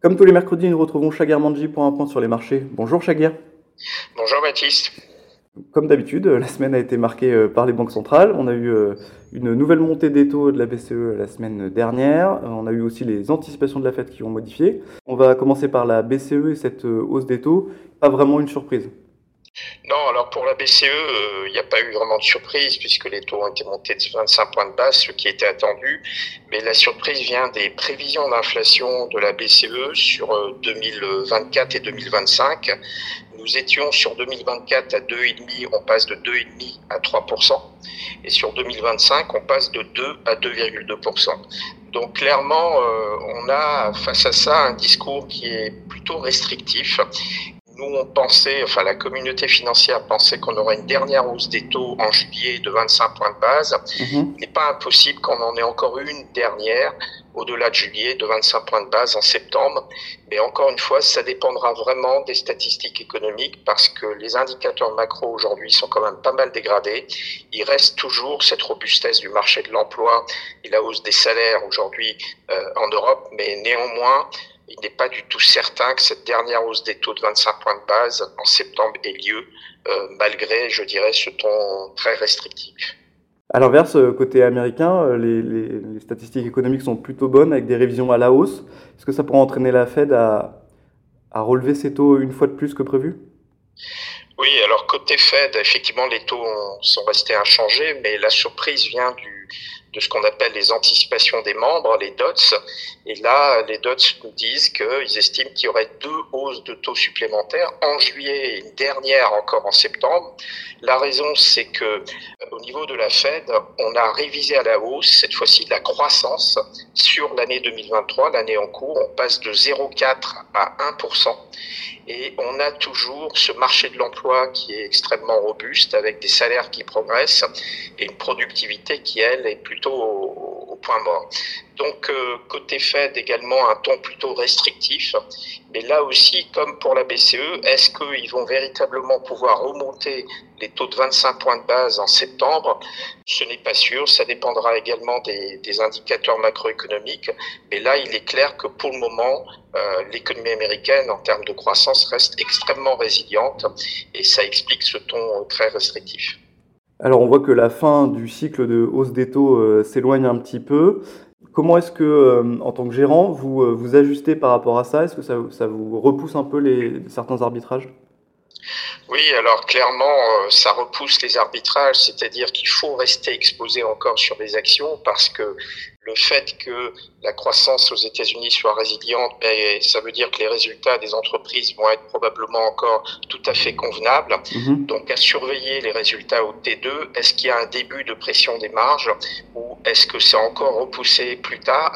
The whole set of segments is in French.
Comme tous les mercredis, nous retrouvons Chaguer Manji pour un point sur les marchés. Bonjour Chaguer. Bonjour Baptiste. Comme d'habitude, la semaine a été marquée par les banques centrales. On a eu une nouvelle montée des taux de la BCE la semaine dernière. On a eu aussi les anticipations de la Fed qui ont modifié. On va commencer par la BCE et cette hausse des taux. Pas vraiment une surprise. Non, alors pour la BCE, il n'y a pas eu vraiment de surprise puisque les taux ont été montés de 25 points de base, ce qui était attendu. Mais la surprise vient des prévisions d'inflation de la BCE sur 2024 et 2025. Nous étions sur 2024 à 2,5, on passe de 2,5 à 3%. Et sur 2025, on passe de 2 à 2,2%. Donc clairement, on a face à ça un discours qui est plutôt restrictif. Nous, on pensait, enfin la communauté financière pensait qu'on aurait une dernière hausse des taux en juillet de 25 points de base. Il n'est pas impossible qu'on en ait encore une dernière au-delà de juillet de 25 points de base en septembre. Mais encore une fois, ça dépendra vraiment des statistiques économiques parce que les indicateurs macro aujourd'hui sont quand même pas mal dégradés. Il reste toujours cette robustesse du marché de l'emploi et la hausse des salaires aujourd'hui en Europe, mais néanmoins, il n'est pas du tout certain que cette dernière hausse des taux de 25 points de base en septembre ait lieu, malgré, je dirais, ce ton très restrictif. À l'inverse, côté américain, les statistiques économiques sont plutôt bonnes avec des révisions à la hausse. Est-ce que ça pourrait entraîner la Fed à relever ses taux une fois de plus que prévu ? Oui, alors côté Fed, effectivement, les taux sont restés inchangés, mais la surprise vient de ce qu'on appelle les anticipations des membres, les DOTS. Et là, les DOTS nous disent qu'ils estiment qu'il y aurait 2 hausses de taux supplémentaires en juillet et une dernière encore en septembre. La raison, c'est que au niveau de la Fed, on a révisé à la hausse, cette fois-ci, la croissance sur l'année 2023, l'année en cours. On passe de 0,4 à 1%. Et on a toujours ce marché de l'emploi qui est extrêmement robuste avec des salaires qui progressent et une productivité qui, elle, est plutôt au point mort. Donc, côté Fed, également un ton plutôt restrictif. Mais là aussi, comme pour la BCE, est-ce qu'ils vont véritablement pouvoir remonter les taux de 25 points de base en septembre? Ce n'est pas sûr. Ça dépendra également des indicateurs macroéconomiques. Mais là, il est clair que pour le moment, l'économie américaine, en termes de croissance, reste extrêmement résiliente. Et ça explique ce ton très restrictif. Alors on voit que la fin du cycle de hausse des taux s'éloigne un petit peu. Comment est-ce que, en tant que gérant, vous ajustez par rapport à ça? Est-ce que ça vous repousse un peu certains arbitrages? Oui, alors clairement, ça repousse les arbitrages, c'est-à-dire qu'il faut rester exposé encore sur des actions parce que le fait que la croissance aux États-Unis soit résiliente, ça veut dire que les résultats des entreprises vont être probablement encore tout à fait convenables. Donc à surveiller les résultats au T2, est-ce qu'il y a un début de pression des marges ou est-ce que c'est encore repoussé plus tard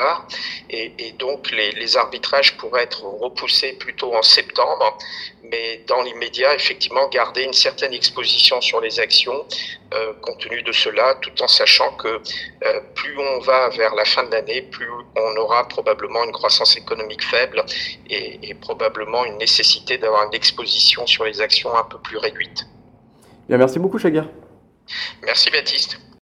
et donc les arbitrages pourraient être repoussés plutôt en septembre, mais dans l'immédiat, effectivement, garder une certaine exposition sur les actions compte tenu de cela, tout en sachant que plus on va vers la fin de l'année, plus on aura probablement une croissance économique faible et probablement une nécessité d'avoir une exposition sur les actions un peu plus réduite. Bien, merci beaucoup Chaguer. Merci Baptiste.